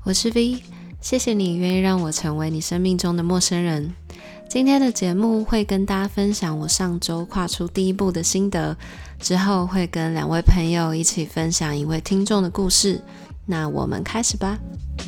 我是 V， 谢谢你愿意让我成为你生命中的陌生人。今天的节目会跟大家分享我上周跨出第一步的心得，之后会跟2位朋友一起分享一位听众的故事。那我们开始吧。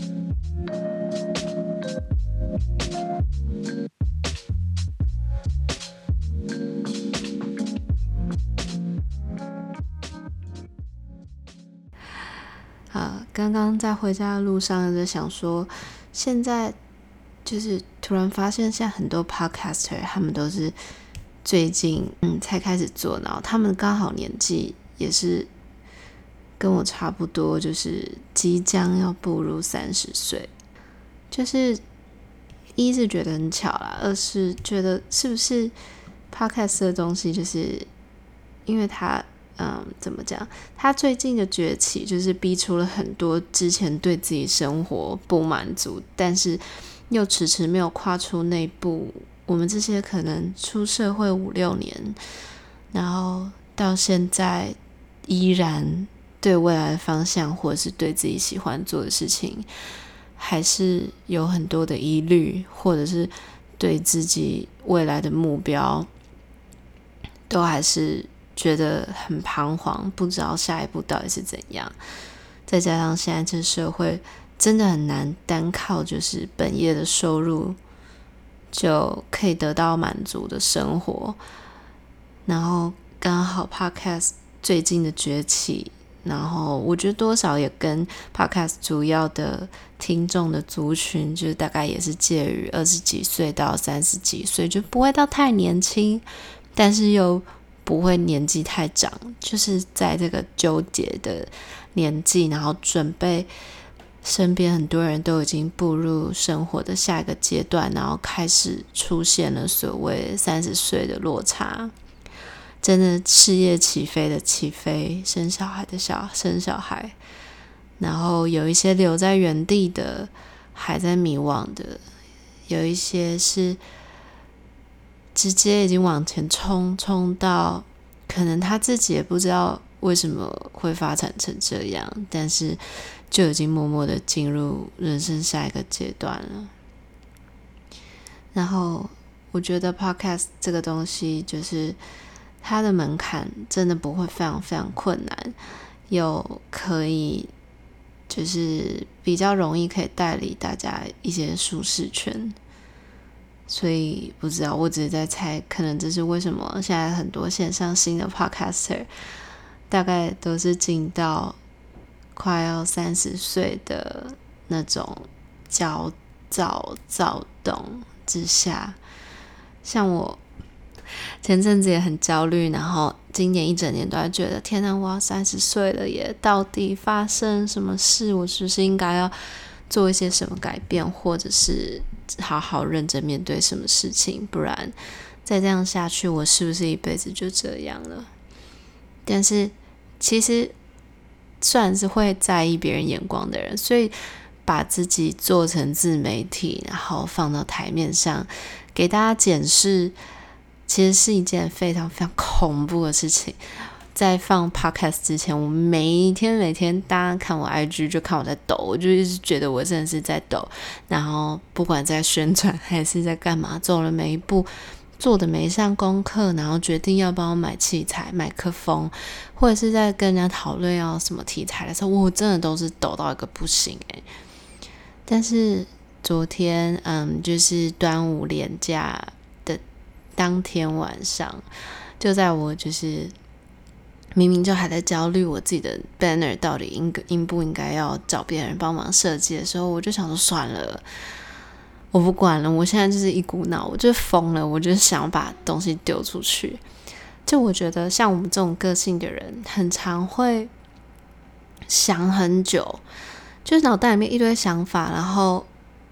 刚刚在回家的路上就想说，现在就是突然发现现在很多 podcaster 他们都是最近才开始做，然后他们刚好年纪也是跟我差不多，就是即将要步入30岁。就是一是觉得很巧啦，二是觉得是不是 podcast 的东西，就是因为它怎么讲？他最近的崛起就是逼出了很多之前对自己生活不满足，但是又迟迟没有跨出那一步。我们这些可能出社会5-6年，然后到现在依然对未来的方向，或者是对自己喜欢做的事情，还是有很多的疑虑，或者是对自己未来的目标，都还是觉得很彷徨，不知道下一步到底是怎样。再加上现在这社会真的很难单靠就是本业的收入就可以得到满足的生活，然后刚好 podcast 最近的崛起，然后我觉得多少也跟 podcast 主要的听众的族群就大概也是介于20几岁到30几岁，就不会到太年轻，但是又不会年纪太长，就是在这个纠结的年纪，然后准备身边很多人都已经步入生活的下一个阶段，然后开始出现了所谓30岁的落差，真的事业起飞的起飞，生小孩的生小孩，然后有一些留在原地的还在迷惘的，有一些是直接已经往前冲到可能他自己也不知道为什么会发展成这样，但是就已经默默的进入人生下一个阶段了。然后我觉得 podcast 这个东西就是它的门槛真的不会非常非常困难，又可以就是比较容易可以带领大家一些舒适圈。所以不知道，我只是在猜，可能这是为什么现在很多线上新的 podcaster 大概都是进到快要30岁的那种焦躁躁动之下。像我前阵子也很焦虑，然后今年一整年都在觉得天哪，我要30岁了耶，到底发生什么事？我是不是应该要做一些什么改变，或者是好好认真面对什么事情，不然再这样下去，我是不是一辈子就这样了？但是其实虽然是会在意别人眼光的人，所以把自己做成自媒体，然后放到台面上给大家检视，其实是一件非常非常恐怖的事情。在放 podcast 之前，我每天大家看我 IG 就看我在抖，我就一直觉得我真的是在抖，然后不管在宣传还是在干嘛，走了每一步，做的每一项功课，然后决定要帮我买器材、麦克风，或者是在跟人家讨论要什么题材的时候，我真的都是抖到一个不行但是昨天就是端午连假的当天晚上，就在我就是明明就还在焦虑我自己的 banner 到底应不应该要找别人帮忙设计的时候，我就想说算了，我不管了，我现在就是一股脑，我就疯了，我就想把东西丢出去。就我觉得像我们这种个性的人，很常会想很久，就是脑袋里面一堆想法，然后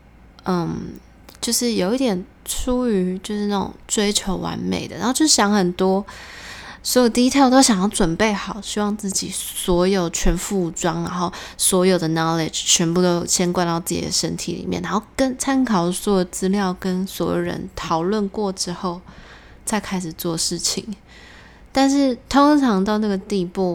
就是有一点出于就是那种追求完美的，然后就想很多，所有 detail 都想要准备好，希望自己所有全副武装，然后所有的 knowledge 全部都先灌到自己的身体里面，然后跟参考所有资料，跟所有人讨论过之后再开始做事情。但是通常到那个地步，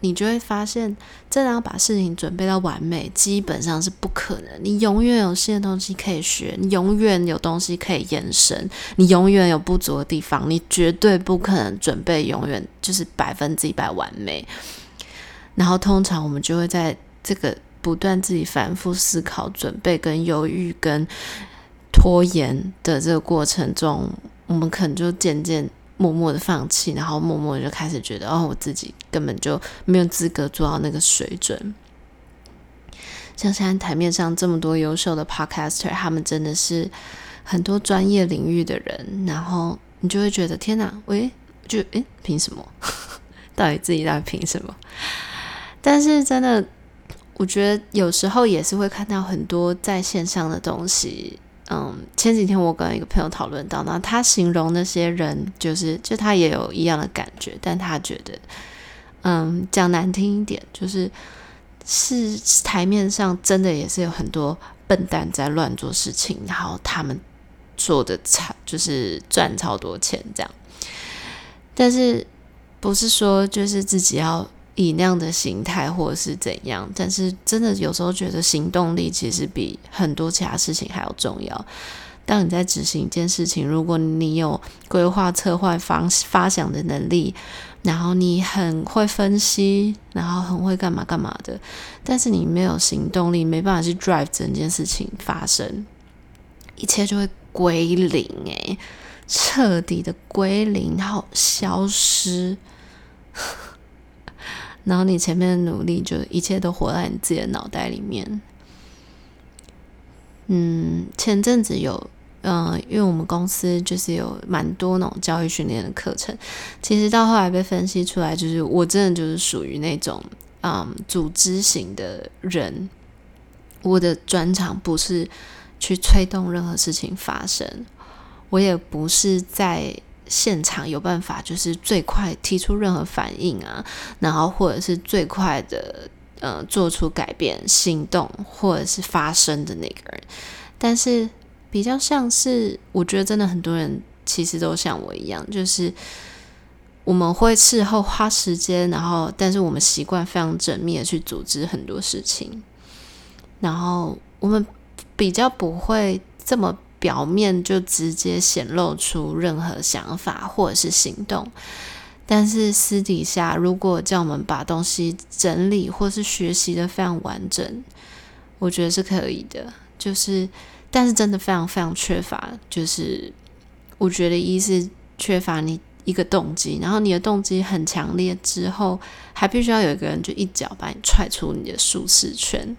你就会发现真的要把事情准备到完美基本上是不可能。你永远有新的东西可以学，你永远有东西可以延伸，你永远有不足的地方，你绝对不可能准备永远就是100%完美。然后通常我们就会在这个不断自己反复思考、准备跟犹豫跟拖延的这个过程中，我们可能就渐渐默默的放弃，然后默默的就开始觉得我自己根本就没有资格做到那个水准。像现在台面上这么多优秀的 podcaster， 他们真的是很多专业领域的人，然后你就会觉得天哪，凭什么？到底凭什么？但是真的我觉得有时候也是会看到很多在线上的东西。前几天我跟一个朋友讨论到，那他形容那些人就他也有一样的感觉，但他觉得讲难听一点，是台面上真的也是有很多笨蛋在乱做事情，然后他们做的就是赚超多钱这样。但是不是说就是自己要以那样的形态或者是怎样，但是真的有时候觉得行动力其实比很多其他事情还要重要。当你在执行一件事情，如果你有规划策划发想的能力，然后你很会分析，然后很会干嘛干嘛的，但是你没有行动力，没办法去 drive 整件事情发生，一切就会归零彻底的归零，然后消失然后你前面的努力就一切都活在你自己的脑袋里面。前阵子有因为我们公司就是有蛮多那种教育训练的课程，其实到后来被分析出来，就是我真的就是属于那种组织型的人。我的专长不是去推动任何事情发生，我也不是在现场有办法就是最快提出任何反应啊，然后或者是最快的做出改变行动或者是发生的那个人。但是比较像是我觉得真的很多人其实都像我一样，就是我们会事后花时间，然后但是我们习惯非常缜密的去组织很多事情，然后我们比较不会这么表面就直接显露出任何想法或者是行动。但是私底下如果叫我们把东西整理或是学习的非常完整，我觉得是可以的，但是真的非常非常缺乏，就是我觉得一是缺乏你一个动机，然后你的动机很强烈之后，还必须要有一个人就一脚把你踹出你的舒适圈。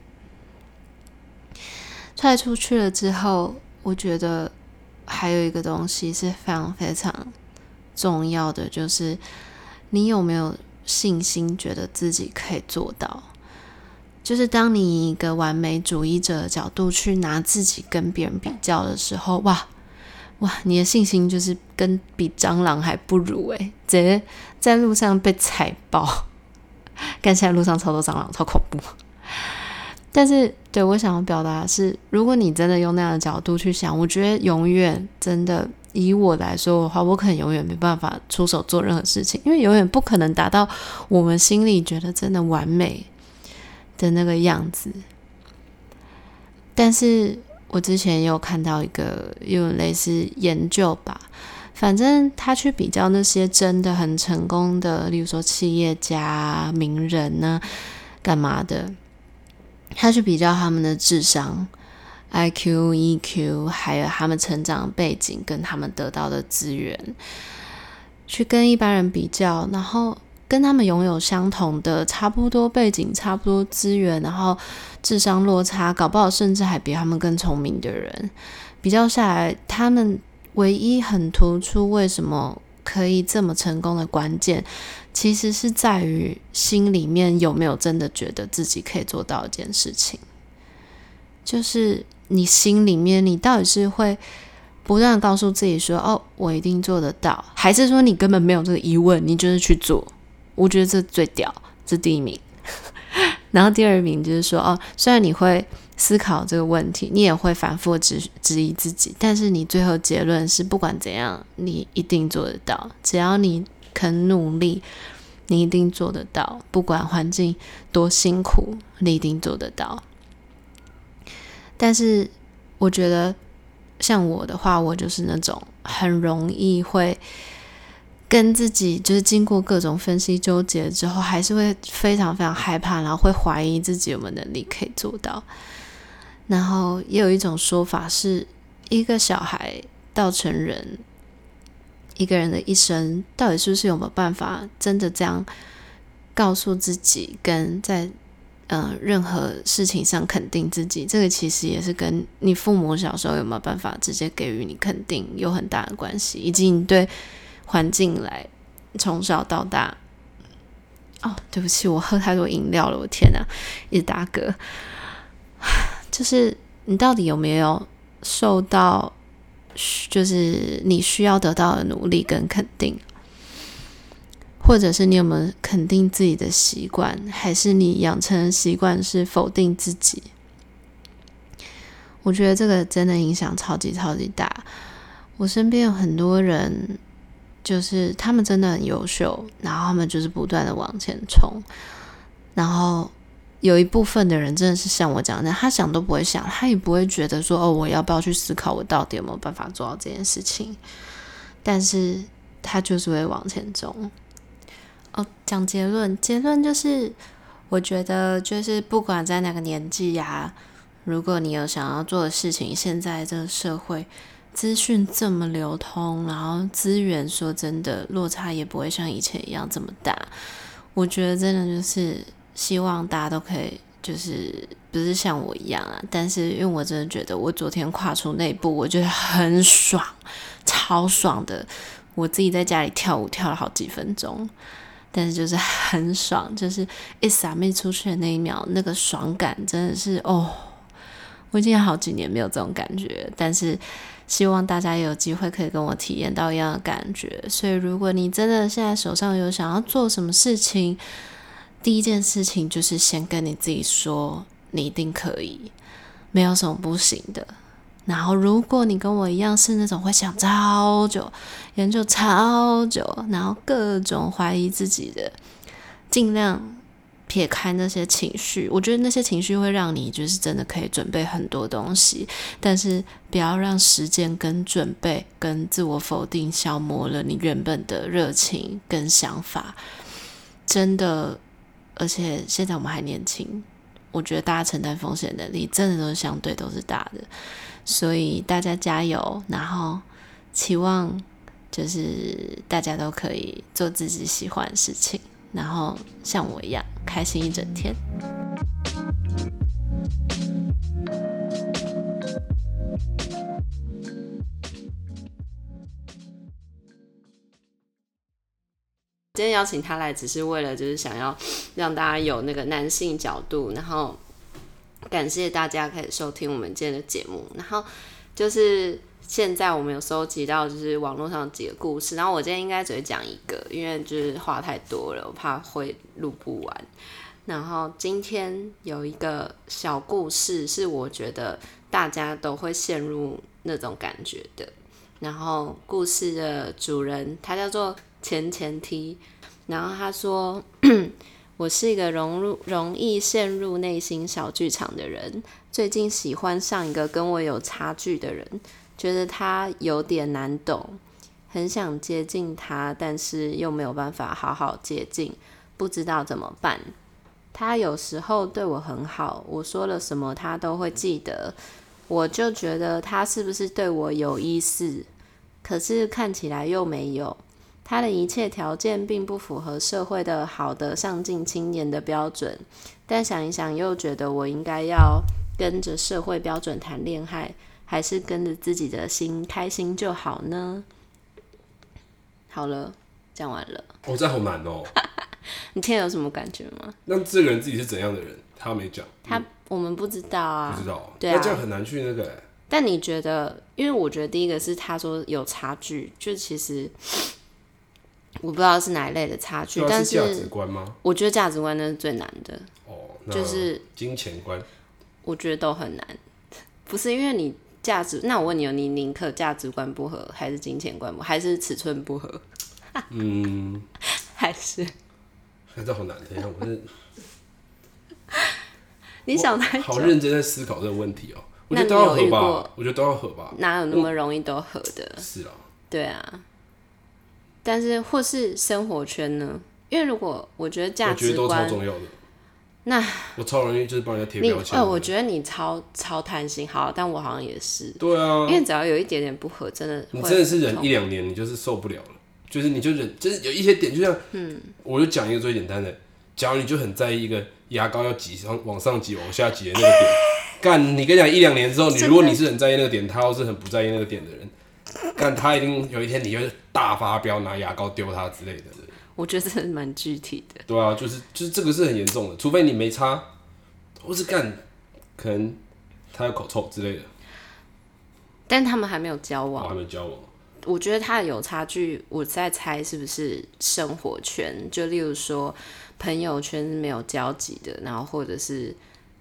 踹出去了之后，我觉得还有一个东西是非常非常重要的，就是你有没有信心觉得自己可以做到。就是当你以一个完美主义者的角度去拿自己跟别人比较的时候，哇，你的信心就是比蟑螂还不如直接在路上被踩爆。看现在路上超多蟑螂，超恐怖。但是对我想要表达的是，如果你真的用那样的角度去想，我觉得永远真的以我来说的话，我可能永远没办法出手做任何事情，因为永远不可能达到我们心里觉得真的完美的那个样子。但是我之前也有看到一个有类似研究吧，反正他去比较那些真的很成功的，例如说企业家、名人啊干嘛的，他去比较他们的智商 IQ、EQ 还有他们成长背景跟他们得到的资源，去跟一般人比较，然后跟他们拥有相同的差不多背景差不多资源，然后智商落差搞不好甚至还比他们更聪明的人比较下来，他们唯一很突出为什么可以这么成功的关键，其实是在于心里面有没有真的觉得自己可以做到一件事情。就是你心里面你到底是会不断的告诉自己说我一定做得到，还是说你根本没有这个疑问，你就是去做。我觉得这最屌，这第一名。然后第二名就是说虽然你会思考这个问题，你也会反复质疑自己，但是你最后结论是不管怎样你一定做得到，只要你肯努力， 你一定做得到，不管环境多辛苦，你一定做得到。但是我觉得像我的话，我就是那种很容易会跟自己就是经过各种分析纠结之后，还是会非常非常害怕，然后会怀疑自己有没有能力可以做到。然后也有一种说法是，一个小孩到成人，一个人的一生到底是不是有没有办法真的这样告诉自己，跟在任何事情上肯定自己，这个其实也是跟你父母小时候有没有办法直接给予你肯定有很大的关系，以及你对环境来从小到大。对不起，我喝太多饮料了，我天哪，一直打嗝。就是你到底有没有受到就是你需要得到的努力跟肯定，或者是你有没有肯定自己的习惯，还是你养成的习惯是否定自己。我觉得这个真的影响超级超级大。我身边有很多人，就是他们真的很优秀，然后他们就是不断的往前冲，然后有一部分的人真的是像我讲的，他想都不会想，他也不会觉得说我要不要去思考我到底有没有办法做到这件事情，但是他就是会往前冲。讲结论就是我觉得就是不管在哪个年纪如果你有想要做的事情，现在这个社会资讯这么流通，然后资源说真的落差也不会像以前一样这么大，我觉得真的就是希望大家都可以，就是不是像我一样但是因为我真的觉得我昨天跨出那一步，我觉得很爽，超爽的，我自己在家里跳舞跳了好几分钟，但是就是很爽，就是一submit出去的那一秒，那个爽感真的是我已经好几年没有这种感觉，但是希望大家也有机会可以跟我体验到一样的感觉。所以如果你真的现在手上有想要做什么事情，第一件事情就是先跟你自己说，你一定可以，没有什么不行的。然后如果你跟我一样是那种会想超久，研究超久，然后各种怀疑自己的，尽量撇开那些情绪。我觉得那些情绪会让你就是真的可以准备很多东西，但是不要让时间跟准备跟自我否定消磨了你原本的热情跟想法。真的，而且现在我们还年轻，我觉得大家承担风险能力真的都是相对都是大的，所以大家加油，然后期望就是大家都可以做自己喜欢的事情，然后像我一样开心一整天。今天邀请他来只是为了就是想要让大家有那个男性角度，然后感谢大家可以收听我们今天的节目。然后就是现在我们有收集到就是网络上几个故事，然后我今天应该只会讲一个，因为就是话太多了，我怕会录不完。然后今天有一个小故事是我觉得大家都会陷入那种感觉的，然后故事的主人他叫做前提，然后他说我是一个容易陷入内心小剧场的人，最近喜欢上一个跟我有差距的人，觉得他有点难懂，很想接近他，但是又没有办法好好接近，不知道怎么办。他有时候对我很好，我说了什么他都会记得，我就觉得他是不是对我有意思，可是看起来又没有。他的一切条件并不符合社会的好的上进青年的标准，但想一想又觉得我应该要跟着社会标准谈恋爱，还是跟着自己的心开心就好呢？好了，讲完了。 这好难哦。 你听有什么感觉吗？ 那这个人自己是怎样的人？他没讲。 我们不知道啊。 不知道。 对啊。 那这样很难去那个。 但你觉得？因为我觉得第一个是他说有差距，就其实我不知道是哪一类的差距，但是价值观吗？ 我觉得价值观那是最难的。就是金钱观，我觉得都很难。不是因为你价值，那我问你你宁可价值观不合，还是金钱观不合，还是尺寸不合？还是这好难，等一下我是你想太久， 好认真在思考这个问题哦。我觉得都要合吧，我觉得都要合吧， 哪有那么容易都合的？ 是啊， 对啊。但是或是生活圈呢？因为如果我觉得价值观， 我觉得都超重要的。那我超容易就是帮人家贴标签。 我觉得你超贪心，好，但我好像也是。 对啊， 因为只要有一点点不合，真的你真的是忍1-2年，你就是受不了了。就是你就忍，就是有一些点，就像我就讲一个最简单的，假如你就很在意一个牙膏要挤往上挤、往下挤的那个点，干，你跟你讲1-2年之后，如果你是很在意那个点，他又是很不在意那个点的人，干，他一定有一天你会大发飙，拿牙膏丢他之类的。 我觉得真的蛮具体的。 对啊，就是这个是很严重的，除非你没差，或是干，可能他有口臭之类的。 但他们还没有交往， 还没交往。 我觉得他有差距，我在猜是不是生活圈，就例如说朋友圈是没有交集的，然后或者是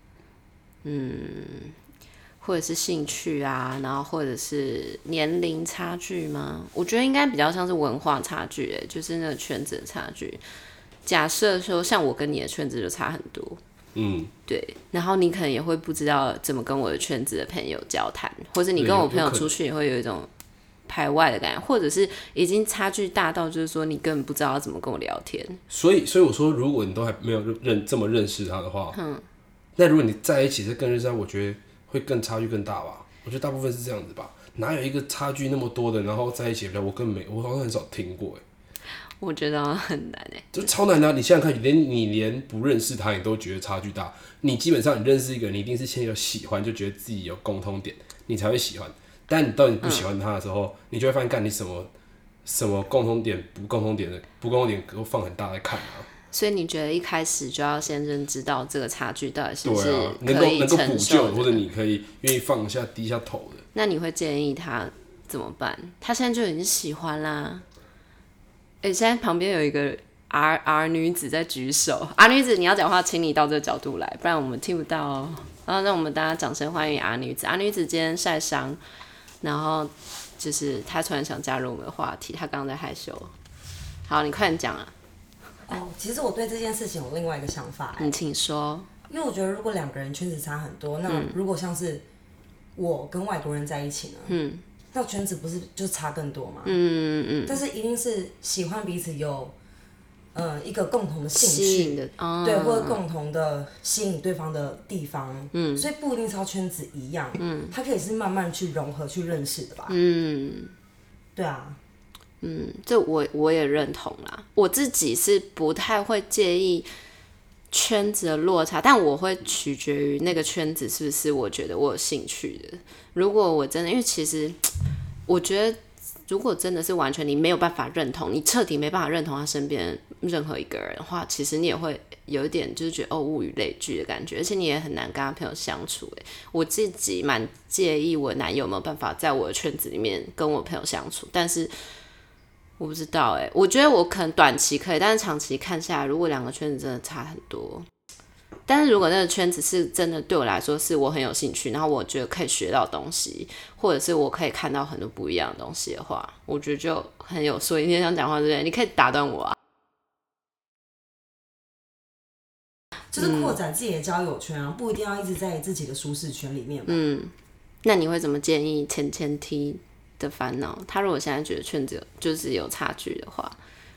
或者是兴趣啊，然后或者是年龄差距吗？我觉得应该比较像是文化差距，就是那个圈子的差距。假设说像我跟你的圈子就差很多，对，然后你可能也会不知道怎么跟我的圈子的朋友交谈，或者你跟我朋友出去也会有一种排外的感觉，或者是已经差距大到就是说你根本不知道要怎么跟我聊天。 所以我说，如果你都还没有这么认识他的话，那如果你在一起是更认识他，我觉得会更差距更大吧。我觉得大部分是这样子吧，哪有一个差距那么多的，然后在一起我好像很少听过我觉得很难就超难的你想想看，你连不认识他，你都觉得差距大。你基本上你认识一个人，你一定是先有喜欢，就觉得自己有共通点，你才会喜欢。但你到你不喜欢他的时候，你就会发现，干你什么共同点不共同点都放很大在看啊。 所以你觉得一开始就要先认知到这个差距到底是不是能够补救，或者你可以愿意放下低下头的。 那你会建议他怎么办？他现在就已经喜欢啦。现在旁边有一个 R 女子在举手。R 女子，你要讲话，请你到这个角度来，不然我们听不到哦。然后让我们大家掌声欢迎 R 女子。R 女子今天晒伤，然后就是她突然想加入我们的话题，她刚刚在害羞。好，你快点讲啊。 其实我对这件事情有另外一个想法。 你请说。 因为我觉得如果2个人圈子差很多，那如果像是我跟外国人在一起呢，那圈子不是就差更多吗？但是一定是喜欢彼此有一个共同的兴趣，对，或者共同的吸引对方的地方，所以不一定是要圈子一样，它可以是慢慢去融合、去认识的吧。对啊。 这我也认同啦。我自己是不太会介意圈子的落差，但我会取决于那个圈子是不是我觉得我有兴趣的。如果我真的，因为其实我觉得，如果真的是完全你没有办法认同，你彻底没办法认同他身边任何一个人的话，其实你也会有一点就是觉得物以类聚的感觉，而且你也很难跟他朋友相处。我自己蛮介意我男友有没有办法在我的圈子里面跟我朋友相处，但是我不知道我觉得我可能短期可以，但是长期看下来，如果2个圈子真的差很多，但是如果那个圈子是真的对我来说是我很有兴趣，然后我觉得可以学到东西，或者是我可以看到很多不一样的东西的话，我觉得就很有。所以你想讲话对不对？你可以打断我啊。 就是扩展自己的交友圈啊，不一定要一直在自己的舒适圈里面嘛。 那你会怎么建议前提的烦恼？他如果现在觉得圈子就是有差距的话，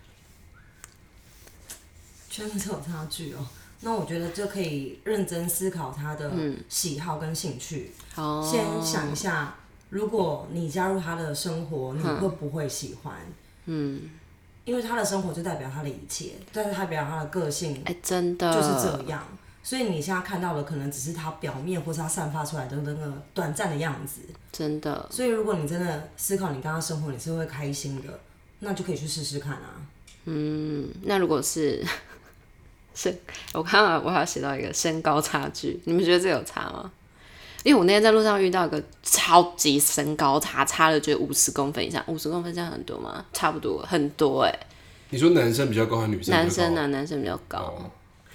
圈子有差距哦，那我觉得就可以认真思考他的喜好跟兴趣。先想一下，如果你加入他的生活，你会不会喜欢？因为他的生活就代表他的一切，但是代表他的个性， 真的就是这样。所以你现在看到的可能只是他表面或是他散发出来的那个短暂的样子，真的。所以如果你真的思考你跟他生活你是会开心的，那就可以去试试看啊。 那如果是我看到我还要写到一个身高差距，你们觉得这有差吗？因为我那天在路上遇到一个超级身高差了，觉得50公分以上，50公分这样很多吗？差不多，很多你说男生比较高还是女生比较高？ 男生比较高。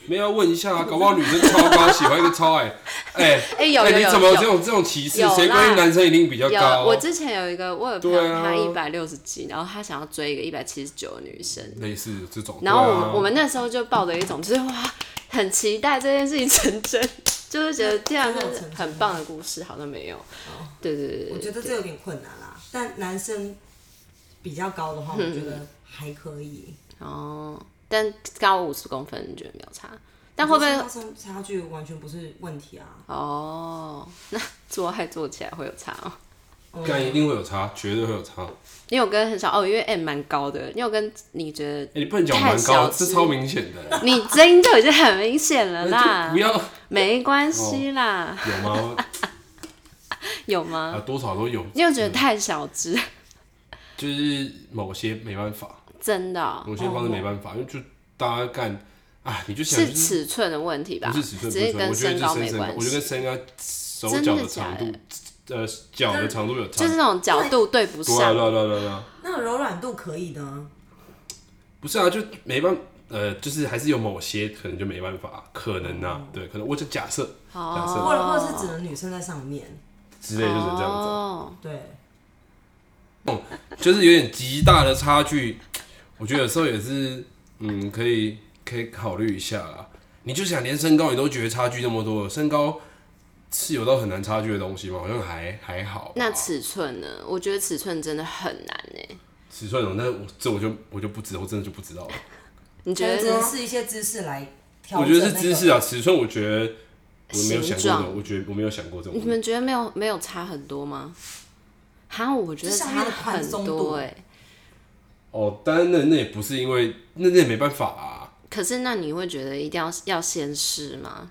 没有要问一下啊，搞不好女生超高喜欢一个超矮， 有你怎么有这种歧视？谁规定男生一定比较高啊？ 我之前有一个，我有朋友他160几，然后他想要追一个179的女生， 类似这种。 然后我们那时候就抱着一种就是哇，很期待这件事情成真，就是觉得这样是很棒的故事，好像没有。对。 我觉得这有点困难啦，但男生比较高的话，我觉得还可以。 但高50公分，你觉得没有差？但会不会差距完全不是问题啊？ 那做爱做起来会有差哦？ 干一定会有差，绝对会有差。 你有跟很少因为 M 蛮高的，你有跟你觉得你不能讲蛮高，这超明显的。 你声音就已经很明显了啦， 不要， 没关系啦。 有吗？ 有吗？ 多少都有。 你有觉得太小只？ 就是某些没办法。 真的某些方式没办法，因为就大家干你就想是尺寸的问题吧？ 不是尺寸， 只是跟身高没关系。 我觉得跟身高、手脚的长度，脚的长度有差， 就是那种角度对不上。 对。 那柔软度可以的。 不是啊，就没办法，就是还是有某些可能就没办法，可能啊，对，可能我就假设， 或者是只能女生在上面之类，就是这样子。 对。就是有点极大的差距。我觉得有时候也是，可以考虑一下啦。你就想连身高你都觉得差距那么多，身高是有到很难差距的东西吗？好像还好。 那尺寸呢？我觉得尺寸真的很难尺寸我就不知道，我真的就不知道了。 你觉得只能是一些姿势来调整？ 我觉得是姿势啊，尺寸我觉得我没有想过的，我觉得我没有想过这种。 你们觉得没有差很多吗？我觉得差很多但是那也不是因为那也没办法啊。 可是那你会觉得一定要先试吗？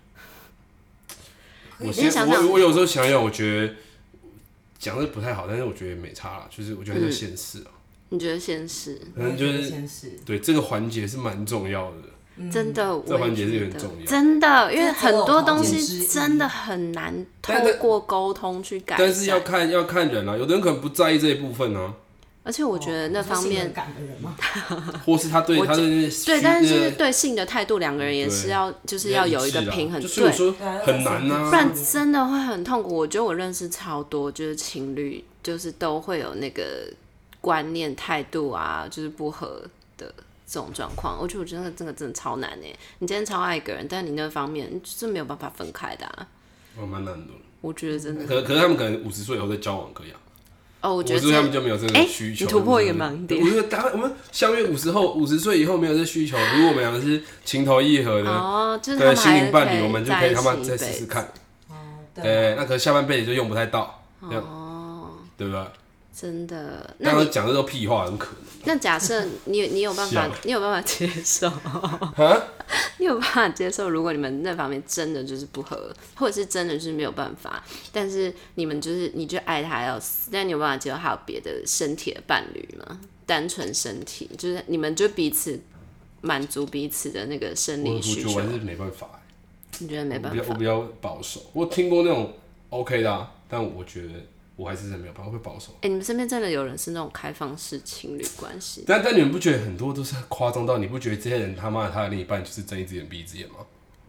我有时候想想，我觉得讲的不太好，但是我觉得没差啦，就是我觉得还是先试啊。 你觉得先试？ 可能就是对这个环节是蛮重要的。 真的， 这环节是很重要。 真的，因为很多东西真的很难透过沟通去改善。 但是要看人啊，有的人可能不在意这一部分啊。 而且我觉得那方面， 或是他对他的对，但是对性的态度，两个人也是就是要有一个平衡， 所以说很难啊， 不然真的会很痛苦。我觉得我认识超多就是情侣，就是都会有那个观念态度啊，就是不合的这种状况。我觉得真的超难哎！你今天超爱一个人，但你那方面就是没有办法分开的啊。 蛮难的。 我觉得真的。 可是他们可能50岁以后再交往可以啊。 我觉得他们就没有这个需求。 你突破一个盲点。 我觉得我们相约50岁以后没有这需求，如果我们两个是情投意合的， 就是心灵伴侣，我们就可以他们再试试看。那可能下半辈子就用不太到，对不对？ 真的。 刚刚讲的都屁话，很可能。 那假设你有办法，你有办法接受？你有办法接受？如果你们那方面真的就是不合，或者是真的就是没有办法，但是你们你就爱他要死，但你有办法接受还有别的身体的伴侣吗？单纯身体，就是你们就彼此满足彼此的那个生理需求。 我觉得我还是没办法。 你觉得没办法？ 我比较保守。我听过那种 OK 的，但我觉得。我还是真的没有办法，会保守。 你们身边真的有人是那种开放式情侣关系？ 但你们不觉得很多都是夸张到？你不觉得这些人他的另一半就是睁一只眼闭一只眼吗？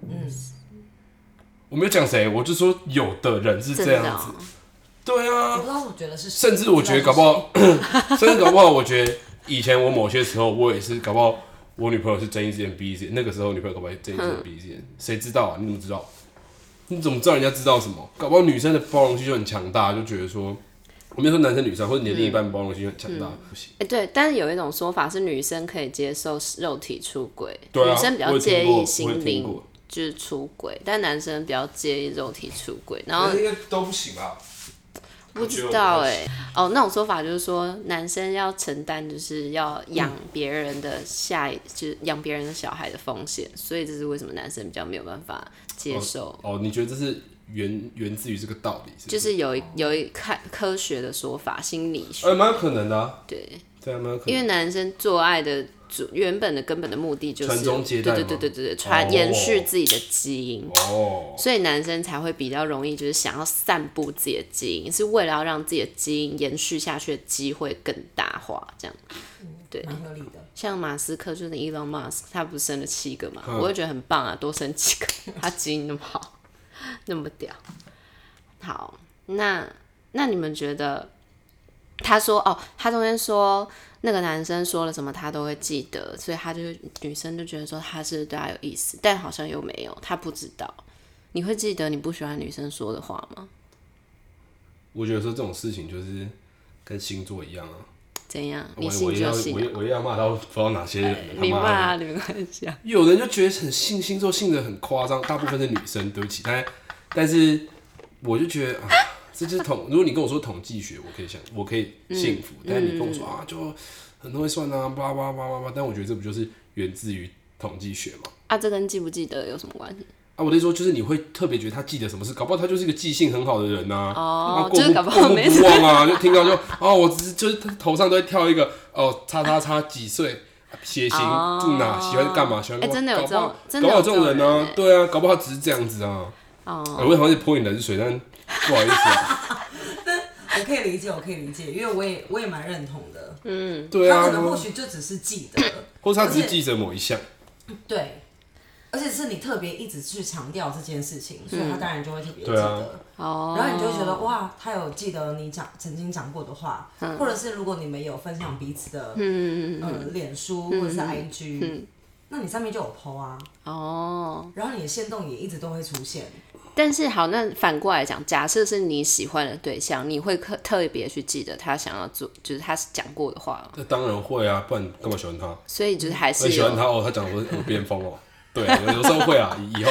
我没有讲谁，我就说有的人是这样子。对啊。 我不知道，我觉得是。 甚至我觉得搞不好，我觉得以前我某些时候我也是搞不好，我女朋友是睁一只眼闭一只眼，那个时候女朋友搞不好睁一只眼闭一只眼，谁知道啊？你怎么知道？你怎么知道人家知道什么？搞不好女生的包容性就很强大，就觉得说，我没有说男生女生，或者你的另一半包容性很强大，不行。 对，但是有一种说法是女生可以接受肉体出轨， 女生比较介意心灵就是出轨，但男生比较介意肉体出轨。然后应该都不行吧？ 不知道那种说法就是说，男生要承担就是要养别人的就是养别人的小孩的风险，所以这是为什么男生比较没有办法接受。 你觉得这是源自于这个道理是不是？ 就是有一科学的说法，心理学。 蛮有可能的啊。 对， 蛮有可能。 因为男生做爱的原本的根本的目的就是传宗接代吗， 对，延续自己的基因。所以男生才会比较容易就是想要散布自己的基因，是为了要让自己的基因延续下去的机会更大化，这样。对， 蛮合理的。 像马斯克就是 Elon Musk， 他不是生了7个嘛，我就觉得很棒啊，多生几个，他基因那么好，那么屌。好，那你们觉得？他说他中间说那个男生说了什么他都会记得，所以女生就觉得说他是对他有意思，但好像又没有，他不知道。你会记得你不喜欢女生说的话吗？ 我觉得说这种事情就是跟星座一样啊。 怎样？你信就信啊。 我要骂到不知道哪些人。 你骂啊，你没关系啊。 有人就觉得很信星座信得很夸张，大部分是女生，对不起，但是我就觉得啊。这就是如果你跟我说统计学，我可以信服，但是你跟我说就很会算啊，叭叭叭叭叭，但我觉得这不就是源自于统计学吗？ 啊，这跟记不记得有什么关系？ 啊，我的意思说就是你会特别觉得他记得什么事，搞不好他就是一个记性很好的人呐。 就是搞不好没过目不忘啊，就听到我就是头上都会跳一个叉叉叉几岁。血型住哪？喜欢干嘛？喜欢干嘛？ 真的有这种， 搞不好这种人啊，对啊，搞不好只是这样子啊。我好像是泼你冷水，但不好意思啊。 但我可以理解，因为我也蛮认同的。 对啊。 他可能或许就只是记得， 或是他只是记着某一项。 对。而且是你特别一直去强调这件事情，所以他当然就会特别记得。然后你就会觉得哇，他有记得你曾经讲过的话，或者是如果你们有分享彼此的脸书或者是 IG，那你上面就有 po 啊。然后你的限动也一直都会出现。 但是好，那反过来讲，假设是你喜欢的对象，你会特别去记得他想要做，就是他讲过的话。 那当然会啊，不然干嘛喜欢他？ 所以就是还是喜欢他他讲的耳边风对，有时候会啊，以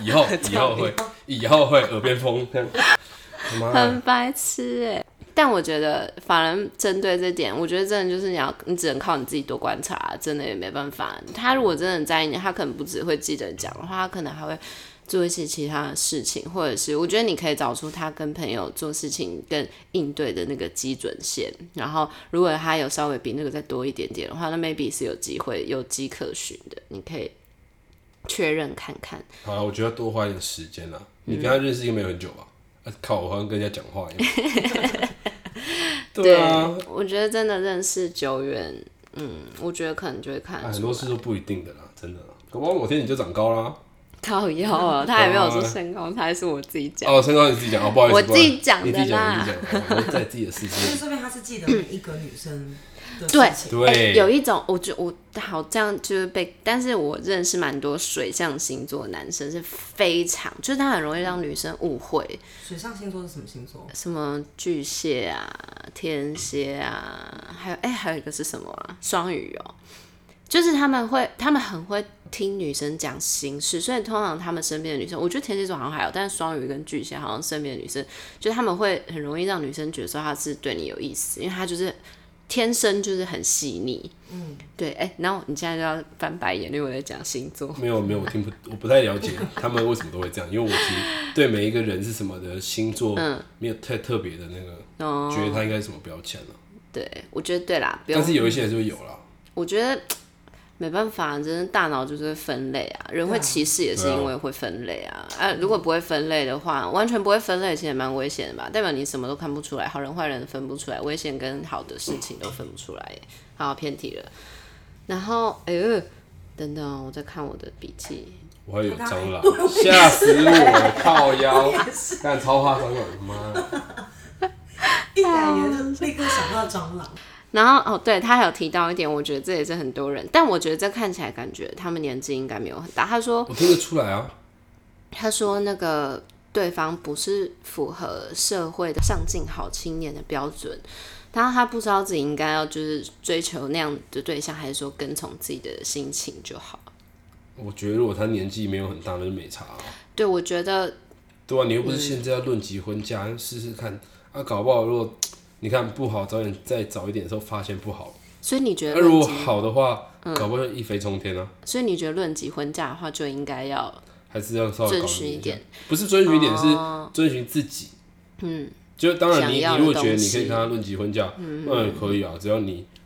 后会耳边风这样。 很白痴欸。但我觉得，反而针对这点，我觉得真的就是你只能靠你自己多观察，真的也没办法。他如果真的很在意你，他可能不只会记得讲的话，他可能还会做一些其他的事情，或者是我觉得你可以找出他跟朋友做事情跟应对的那个基准线，然后如果他有稍微比那个再多一点点的话，那 maybe 是有机会有迹可循的，你可以确认看看。 好，我觉得要多花一点时间啦。你跟他认识应该没有很久吧？靠，我好像跟人家讲话一样。对啊， 我觉得真的认识久远，我觉得可能就会看得出来。 很多事都不一定的啦，真的。搞不好某天你就长高啦。 靠腰啊，他还没有说身高，他还是我自己讲。 身高你自己讲不好意思， 我自己讲的啦。 你自己讲，我在自己的世界。 所以说明他是记得每一个女生。 对，有一种，我好这样就是但是我认识蛮多水象星座的男生是非常，就是他很容易让女生误会。 水象星座是什么星座？ 什么巨蟹啊、天蝎啊，还有一个是什么啊？双鱼哦。就是他们很会听女生讲心事，所以通常他们身边的女生，我觉得天蝎座好像还有，但是双鱼跟巨蟹好像身边的女生，就是他们会很容易让女生觉得说他是对你有意思，因为他就是天生就是很细腻。对，然后你现在就要翻白眼，因为我在讲星座。 没有，我不太了解他们为什么都会这样，因为我其实对每一个人是什么的星座没有太特别的那个，觉得他应该是什么标签了。 对，我觉得对啦， 但是有一些人就会有啦。 我觉得没办法，真的大脑就是会分类啊。人会歧视也是因为会分类啊。如果不会分类的话，完全不会分类，其实也蛮危险的吧？代表你什么都看不出来，好人坏人分不出来，危险跟好的事情都分不出来。好，偏题了。然后，等等，我在看我的笔记。 我还有蟑螂，吓死我了！靠腰，但超怕蟑螂，妈的！ 一来也就立刻想到蟑螂。 然后对他还有提到一点，我觉得这也是很多人，但我觉得这看起来感觉他们年纪应该没有很大。他说， 我听得出来啊。 他说那个对方不是符合社会的上进好青年的标准，然后他不知道自己应该要就是追求那样的对象，还是说跟从自己的心情就好。 我觉得如果他年纪没有很大，那就没差啊。 对，我觉得。 对啊，你又不是现在要论及婚嫁，试试看啊，搞不好如果。你看不好，再早一点的时候发现不好， 所以你觉得如果好的话，搞不好一飞冲天啊。 所以你觉得论及婚嫁的话，就应该要还是要稍微遵循一点， 不是遵循一点，是遵循自己。就当然你如果觉得你可以跟他论及婚嫁，可以啊，只要你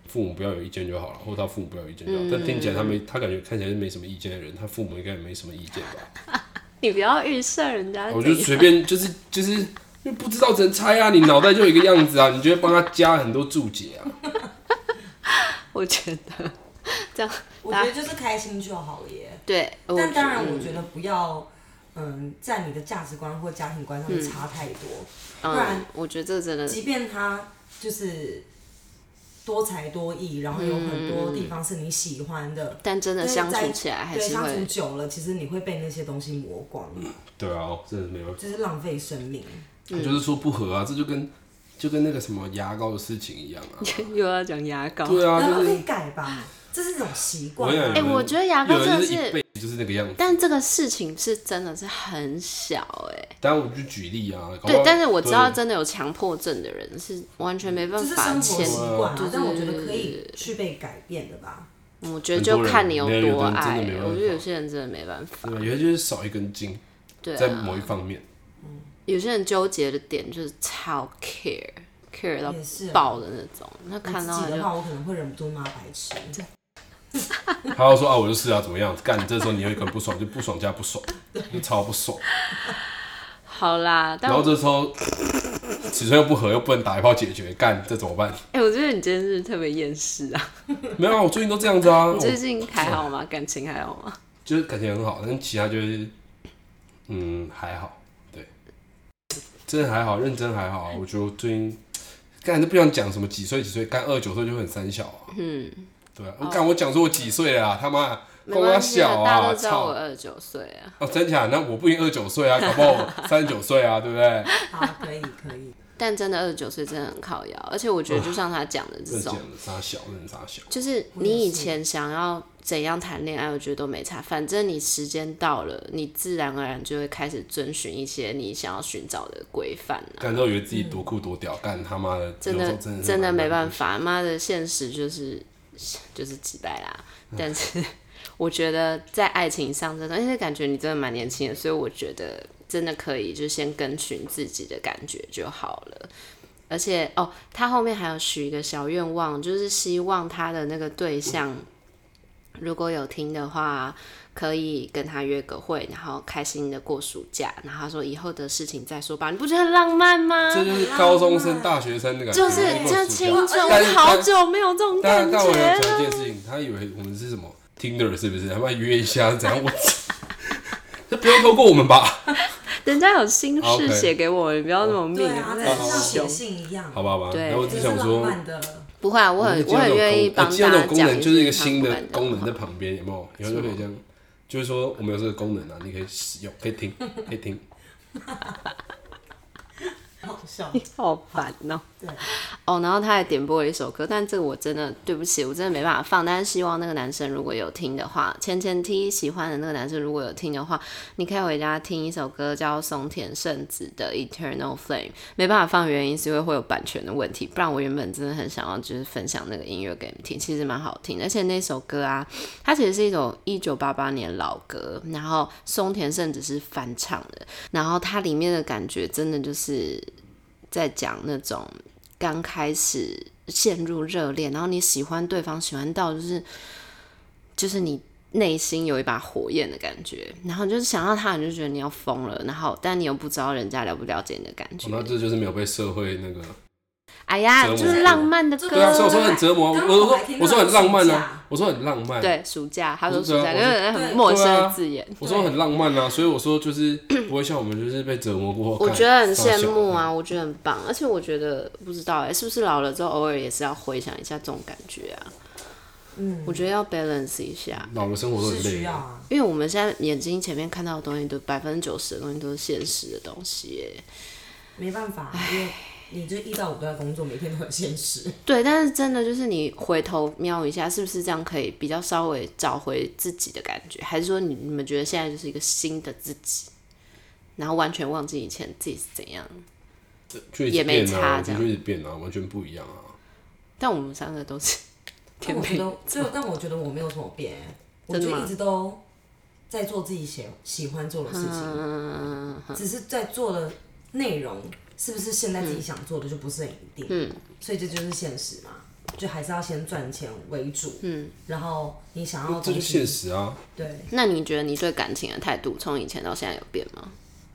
父母不要有意见就好了，或他父母不要有意见就好。但听起来他感觉看起来是没什么意见的人，他父母应该也没什么意见吧？ 你不要预设人家。 我就随便就是因为不知道只能猜啊，你脑袋就有一个样子啊，你就会帮他加很多注解啊。 我觉得这样， 我觉得就是开心就好了耶。 对， 但当然，我觉得不要在你的价值观或家庭观上面差太多，不然我觉得这真的， 即便他就是多才多艺，然后有很多地方是你喜欢的， 但真的相处起来还是会， 相处久了，其实你会被那些东西磨光。 对啊，真的没有， 就是浪费生命。 就是说不合啊，这就跟那个什么牙膏的事情一样啊。 又要讲牙膏。 对啊，就是可以改吧，这是一种习惯。 我觉得牙膏真的是一辈子就是那个样子。 但这个事情是真的是很小当然我就举例啊。 对，但是我知道真的有强迫症的人是完全没办法这是生活习惯但我觉得可以去被改变的吧。 我觉得就看你有多爱，我觉得有些人真的没办法。 有些就是少一根筋，在某一方面。 有些人纠结的点就是超 care 到爆的那种，那看到自己的话，我可能会忍不住骂白痴。 他要说啊，我就是啊，怎么样？干，这时候你会很不爽，就不爽加不爽，就超不爽。 好啦， 然后这时候尺寸又不合，又不能打一炮解决，干，这怎么办？ 我觉得你今天是特别厌世啊。 没有啊，我最近都这样子啊。 你最近还好吗？感情还好吗？ 就是感情很好，但其他就是还好。真的还好，认真还好。我觉得我最近，干都不想讲什么几岁，干29岁就很三小啊。对啊，我讲说我几岁了啊，他妈，跟我小啊， 大家都知道我29岁啊。 哦，真假？那我不一定29岁啊，搞不好我39岁啊，对不对？ 好，可以。 但真的29岁真的很靠腰，而且我觉得就像他讲的这种， 傻小， 就是你以前想要怎样谈恋爱，我觉得都没差，反正你时间到了，你自然而然就会开始遵循一些你想要寻找的规范。 干都以为自己多酷多屌，干他妈的， 真的没办法，妈的现实就是几百啦。但是我觉得在爱情上真的，因为感觉你真的蛮年轻的，所以我觉得真的可以就先跟循自己的感觉就好了。而且他后面还有许一个小愿望，就是希望他的那个对象如果有听的话，可以跟他约个会，然后开心的过暑假。然后他说以后的事情再说吧，你不觉得很浪漫吗？ 这就是高中生、大学生的感觉， 就是这青春，好久没有这种感觉了。 但我有讲一件事情，他以为我们是什么 Tinder 是不是？他妈约一下怎样？这不用透过我们吧？ 人家有心事写给我，你不要那么命。 对啊，这就像写信一样。 好吧。 对， 然后我只想说， 不会啊，我很愿意帮大家讲。功能就是一个新的功能在旁边，有没有？以后就可以这样，就是说我们有这个功能啊，你可以使用，可以听。 好笑， 好烦哦。 对。 然后他还点播了一首歌，但这个我真的对不起，我真的没办法放。但是希望那个男生如果有听的话，前提喜欢的那个男生如果有听的话，你可以回家听一首歌叫松田圣子的 Eternal Flame。没办法放原因是因为会有版权的问题，不然我原本真的很想要就是分享那个音乐给你们听，其实蛮好听的。而且那首歌啊，它其实是一首1988年老歌，然后松田圣子是翻唱的，然后它里面的感觉真的就是在讲那种刚开始陷入热恋，然后你喜欢对方喜欢到就是你内心有一把火焰的感觉，然后就是想到他你就觉得你要疯了，然后但你又不知道人家了不了解你的感觉。 那这就是没有被社会那个。 哎呀，就是浪漫的歌。 对啊，所以我说很折磨。我说很浪漫啊，我说很浪漫。 对，暑假，他说暑假，因为很陌生的字眼。 我说很浪漫啊，所以我说就是不会像我们就是被折磨过后。 我觉得很羡慕啊，我觉得很棒，而且我觉得不知道是不是老了之后偶尔也是要回想一下这种感觉啊。我觉得要 balance 一下。 老了生活都很累啊， 因为我们现在眼睛前面看到的东西都90%的东西都是现实的东西耶。 没办法，因为你就1到5都在工作，每天都很现实。 对，但是真的就是你回头瞄一下，是不是这样可以比较稍微找回自己的感觉？还是说你们觉得现在就是一个新的自己，然后完全忘记以前自己是怎样？也没差，这样就一直变啊，完全不一样啊。 但我们3个都是天秤座， 但我觉得我没有什么变，我就一直都在做自己喜欢做的事情，只是在做的内容是不是现在自己想做的就不是很一定，所以这就是现实嘛。 就还是要先赚钱为主，然后你想要这就现实啊。 对。 那你觉得你对感情的态度从以前到现在有变吗？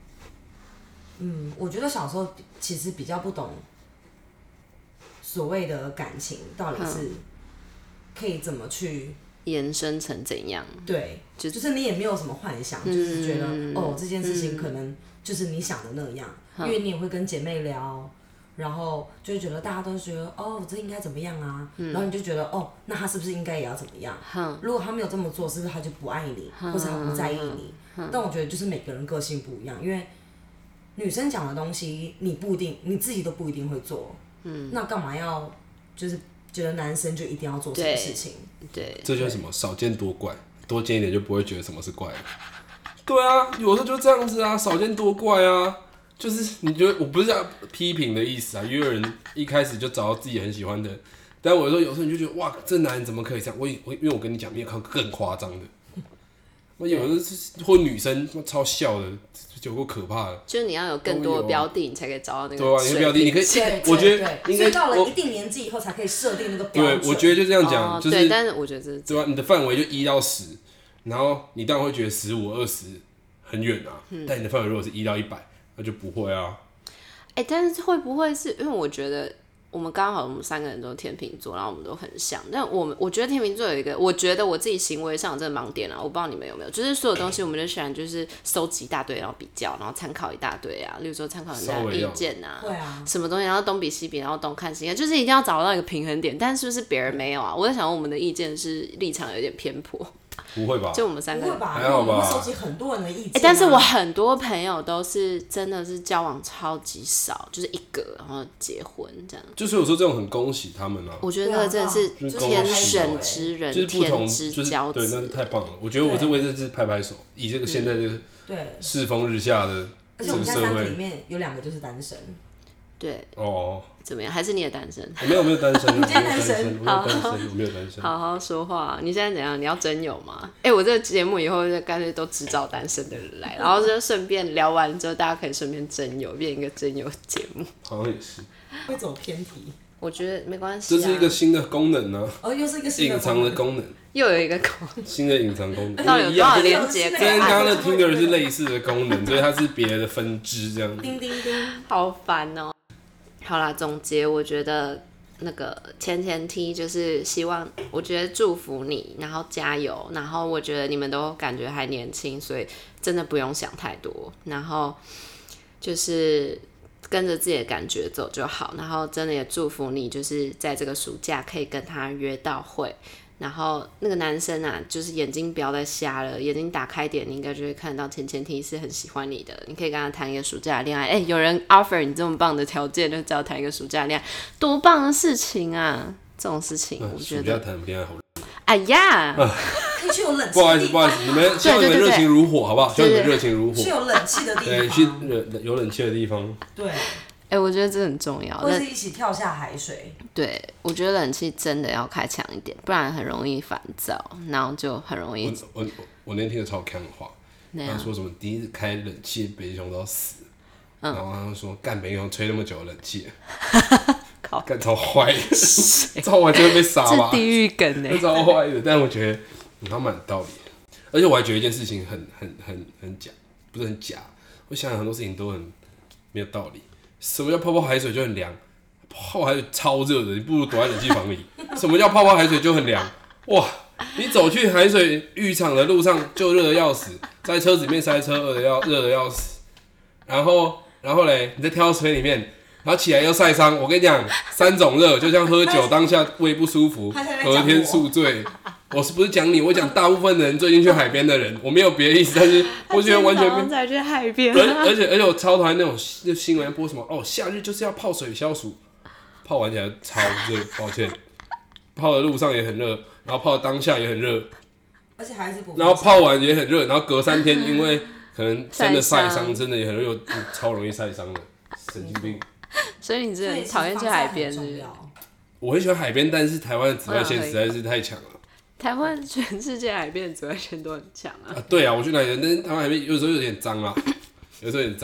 我觉得小时候其实比较不懂所谓的感情到底是可以怎么去延伸成怎样？ 对，就是你也没有什么幻想，就是觉得这件事情可能就是你想的那样，因为你也会跟姐妹聊，然后就会觉得大家都觉得这应该怎么样啊，然后你就觉得那他是不是应该也要怎么样？如果他没有这么做，是不是他就不爱你，或是他不在意你？但我觉得就是每个人个性不一样，因为女生讲的东西你自己都不一定会做，那干嘛要就是觉得男生就一定要做什么事情？ 对， 这就是什么少见多怪，多见一点就不会觉得什么是怪了。对啊，有时候就这样子啊，少见多怪啊。就是你觉得我不是要批评的意思啊，因为有人一开始就找到自己很喜欢的，但我说有时候你就觉得哇，这男人怎么可以这样？因为我跟你讲，你有看过更夸张的。我有的是或女生超笑的，有够可怕的。 就是你要有更多的标的，你才可以找到那个。 对啊，你的标的你可以，我觉得应该所以到了一定年纪以后才可以设定那个标准。 对，我觉得就这样讲，就是对，但是我觉得这对啊，你的范围就1到10，然后你当然会觉得15、20很远啊，但你的范围如果是1到100，那就不会啊。 但是会不会是因为我觉得我们刚好我们3个人都是天秤座，然后我们都很像。但我觉得天秤座有一个，我觉得我自己行为上有这个盲点啊，我不知道你们有没有，就是所有东西我们就喜欢就是收集一大堆，然后比较，然后参考一大堆啊，例如说参考人家的意见啊，什么东西，然后东比西比，然后东看西看，就是一定要找到一个平衡点。但是不是别人没有啊？我在想我们的意见是立场有点偏颇。 不会吧？ 就我们3个人， 还好吧？ 我们收集很多人的意见、 但是我很多朋友都是真的是交往超级少，就是一个然后结婚这样。 就是有时候这种很恭喜他们啊。 我觉得这个真的是天选之人， 就是不同天之骄子。 对，那是太棒了。我觉得我这为这是拍拍手，以这个现在这个世风日下的这个社会。而且我们家3个里面有2个就是单身。 对。 哦。 怎么样？还是你也单身？ 没有单身， 你今天单身， 我没有单身。 好好说话。你现在怎样？你要真有吗？我这个节目以后就干脆都只找单身的人来，然后就顺便聊完之后，大家可以顺便真有，变一个真有节目。 好像也是。 会走偏题。 我觉得没关系。 这是一个新的功能呢。 又是一个新的隐藏的功能。 又有一个功能。 新的隐藏功能。 到底有多少连接？ 跟刚刚的 Tinder 是类似的功能，所以它是别的分支这样。 叮叮叮。 好烦哦。好啦，总结我觉得那个前提就是希望，我觉得祝福你，然后加油，然后我觉得你们都感觉还年轻，所以真的不用想太多，然后就是跟着自己的感觉走就好，然后真的也祝福你，就是在这个暑假可以跟他约到会。然后那个男生啊，就是眼睛不要再瞎了，眼睛打开点，你应该就会看到前提是很喜欢你的，你可以跟他谈一个暑假的恋爱。有人 offer 你这么棒的条件，就只要谈一个暑假的恋爱，多棒的事情啊！这种事情，我觉得。 暑假谈恋爱好。 哎呀， 可以去有冷气。 不好意思，你们希望你们热情如火，好不好？希望你们热情如火。 去有冷气的地方。 对，去有冷气的地方。 对。 我觉得这很重要， 或是一起跳下海水。 对，我觉得冷气真的要开强一点，不然很容易烦躁，然后就很容易。 我那天听的超强的话，他说什么第一次开冷气北极熊都要死，然后他说干北极熊吹那么久的冷气，干超坏的，超坏就会被杀吧？ 这地狱梗呢？ 超坏的，但我觉得他蛮有道理的，而且我还觉得一件事情很假，不是很假，我想很多事情都很没有道理。什么叫泡泡海水就很凉？泡海水超热的，你不如躲在冷气房里。什么叫泡泡海水就很凉？哇！你走去海水浴场的路上就热的要死，在车子里面塞车热的要死。然后嘞，你再跳到水里面，然后起来又晒伤。我跟你讲，3种热就像喝酒，当下胃不舒服，隔天宿醉。我是不是讲你？我讲大部分的人最近去海边的人，我没有别的意思，但是我觉得完全没。 才去海边、 而且我超讨厌那种新闻播什么夏日就是要泡水消暑，泡完起来超热，抱歉，泡的路上也很热，然后泡的当下也很热， 而且还是不。 然后泡完也很热，然后隔3天因为可能真的晒伤，真的也很热，又超容易晒伤的，神经病。 所以你真的很讨厌去海边是不是？ 我很喜欢海边，但是台湾的紫外线实在是太强了。 台湾全世界海边的紫外线都很强啊。 对啊，我去哪里？但是台湾海边有时候有点脏啊，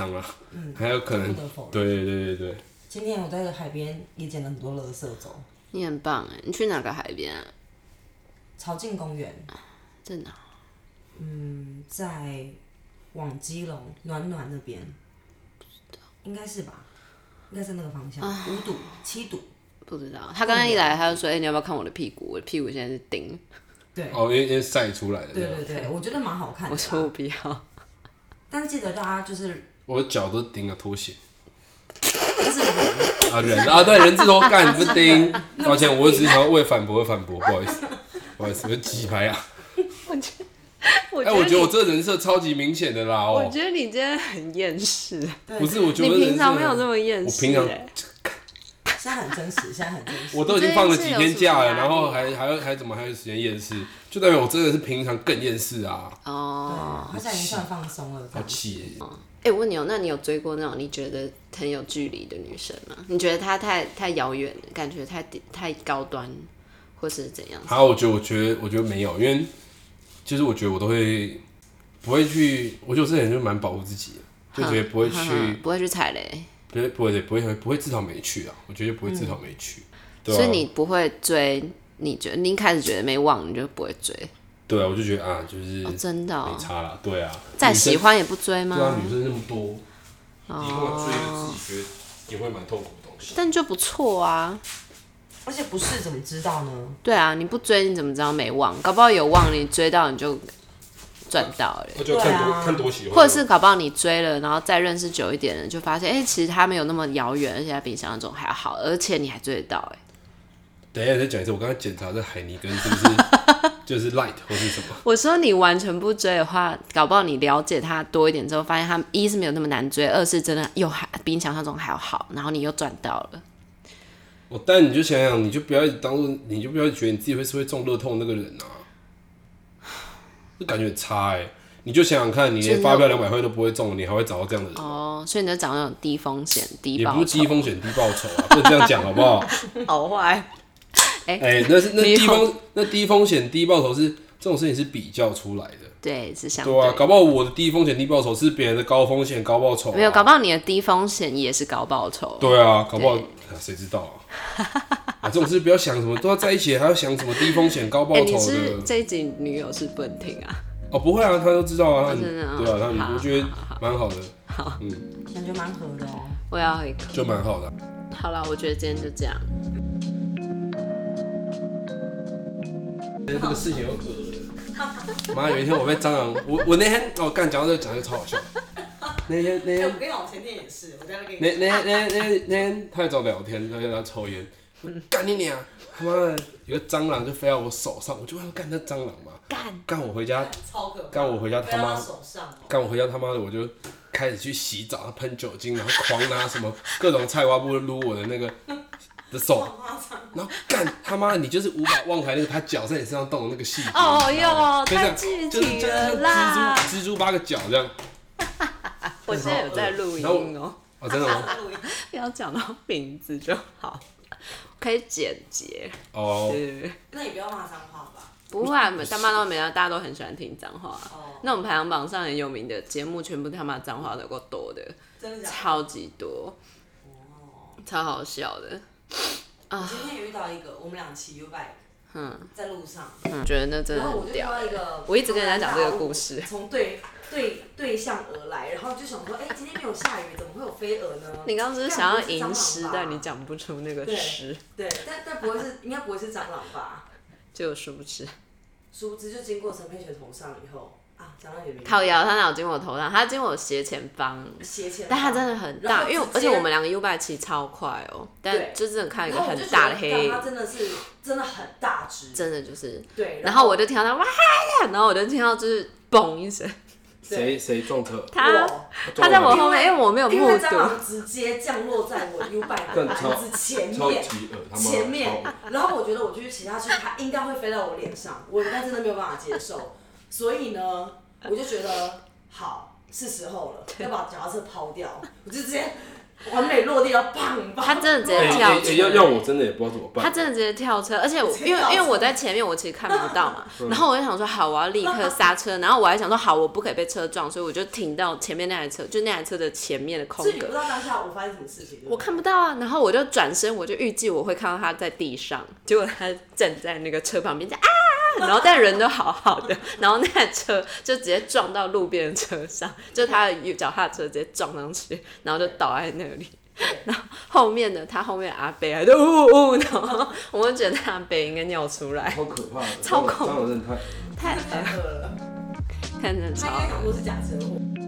还有可能。对。 今天我在海边也捡了很多垃圾走。 你很棒哎！你去哪个海边啊？ 潮境公园。 在哪？ 在往基隆暖暖那边，应该是吧？应该是那个方向，5堵、7堵。 不知道。他刚刚一来，他就说：“你要不要看我的屁股？我的屁股现在是钉。” 对。 因为晒出来的。 对，我觉得蛮好看的。 我说我不要。 但是记得大家就是。 我的脚都钉了拖鞋。 这是人。 人对，人字拖干不是钉。抱歉，我只是想要为反驳，不好意思，我鸡排啊。我觉得我这个人设超级明显的啦。 我觉得你今天很厌世。 不是，我觉得你平常没有这么厌世。 我平常现在很真实。 我都已经放了几天假了，然后还怎么还有时间厌世？就代表我真的是平常更厌世啊。 他现在已经算放松了。 好气。 我问你那你有追过那种你觉得很有距离的女生吗？你觉得她太遥远了，感觉太高端，或是怎样？ 好，我觉得没有，因为就是我觉得我都不会去，我觉得我这人就蛮保护自己的，就觉得不会去踩雷，不会自讨没趣啊，我觉得不会自讨没趣。对啊， 所以你不会追，你一开始觉得没望，你就不会追。 对啊，我就觉得就是真的没差啦。对啊， 再喜欢也不追吗？ 对啊，女生那么多，以后追自己觉得也会蛮痛苦的东西。 但就不错啊。 而且不是怎么知道呢？ 对啊，你不追你怎么知道没望？搞不好有望，你追到你就赚到了。 那就看多喜欢。 或者是搞不好你追了，然后再认识久一点的，就发现其实他没有那么遥远，而且他比你想象中还要好，而且你还追得到等一下再讲一次，我刚才检查这海尼根是不是就是 light 或是什么？ 我说你完全不追的话，搞不好你了解他多一点之后，发现他一是没有那么难追，二是真的比你想象中还要好，然后你又赚到了。 但你就想想，你就不要觉得你自己会中乐透那个人啊，这感觉很差你就想想看，你连发票200块都不会中，你还会找到这样的人所以你就找那种低风险低报酬， 也不是低风险低报酬啊，不能这样讲好不好？ 好坏。 那低风险低报酬是这种事情是比较出来的， 对，是相对。 对啊，搞不好我的低风险低报酬是别人的高风险高报酬， 没有，搞不好你的低风险也是高报酬。 对啊，搞不好谁知道啊？这种事不要想什么都要在一起，还要想什么低风险高报酬的。 你是这一集女友是不能听啊？ 不会啊，他都知道啊， 真的对啊，我觉得蛮好的， 好， 感觉蛮合的哦。 我要喝一口， 就蛮好的。 好了，我觉得今天就这样。 这个事情有恶了。妈，有一天我被蟑螂，我那天讲到这个讲就超好笑。那天， 我跟你讲，前天也是，我在那天他在找我聊天，他在那抽烟，干你娘！他妈的，有个蟑螂就飞到我手上，我就问他干那蟑螂嘛，干我回家，干我回家他妈，干我回家他妈的，我就开始去洗澡，喷酒精，然后狂拿什么各种菜瓜布撸我的那个的手，然后干他妈的，你就是无法忘怀那个他脚在你身上动的那个细节。 太具体了啦！ 蜘蛛8个脚这样。 我现在有在录音真的吗？ 不要讲到名字就好，可以简洁。 那你不要骂脏话吧？ 不会啊，他妈都没有，大家都很喜欢听脏话。那种排行榜上很有名的节目，全部他妈脏话都够多的， 真的超级多，超好笑的。 我今天也遇到一个，我们俩骑 U-bike，在路上， 觉得那真的很屌。我一直跟人家讲这个故事， 从对向而来，然后就想说，今天没有下雨，怎么会有飞蛾呢？ 你刚刚只是想要吟诗，但你讲不出那个诗。 对，但不会是，应该不会是蟑螂吧？ 就殊不知就经过陈佩璇头上以后。讲到你的名字， 靠腰，他哪有经过我头上？他经过我斜前方，但他真的很大，因为而且我们两个 U-bike 骑超快但就真的看一个很大的黑， 他真的很大只， 真的就是对。 然后我就听到他哇呀，然后我就听到就是嘣一声， 谁撞车？ 他在我后面，因为我没有目睹， 因为蟑螂直接降落在我 U-bike 的盘子前面，然后我觉得我继续骑下去，它应该会飞到我脸上，我应该真的没有办法接受，所以呢。我就觉得好是时候了，要把脚踏车抛掉，我就直接完美落地要砰砰， 他真的直接跳车， 要我真的也不知道怎么办。 他真的直接跳车，而且因为我在前面，我其实看不到嘛，然后我就想说好，我要立刻刹车，然后我还想说好，我不可以被车撞，所以我就停到前面那台车，就那台车的前面的空格。 是你不知道当下我发生什么事情？ 我看不到啊，然后我就转身，我就预计我会看到他在地上，结果他站在那个车旁边，然后但人都好好的，然后那台车就直接撞到路边的车上，就他的脚踏车直接撞上去，然后就倒在那里。然后后面的他后面的阿伯还就然后我就觉得阿伯应该尿出来， 好可怕， 超恐怖， 太太恶了， 看着超。 他应该想说是假车祸。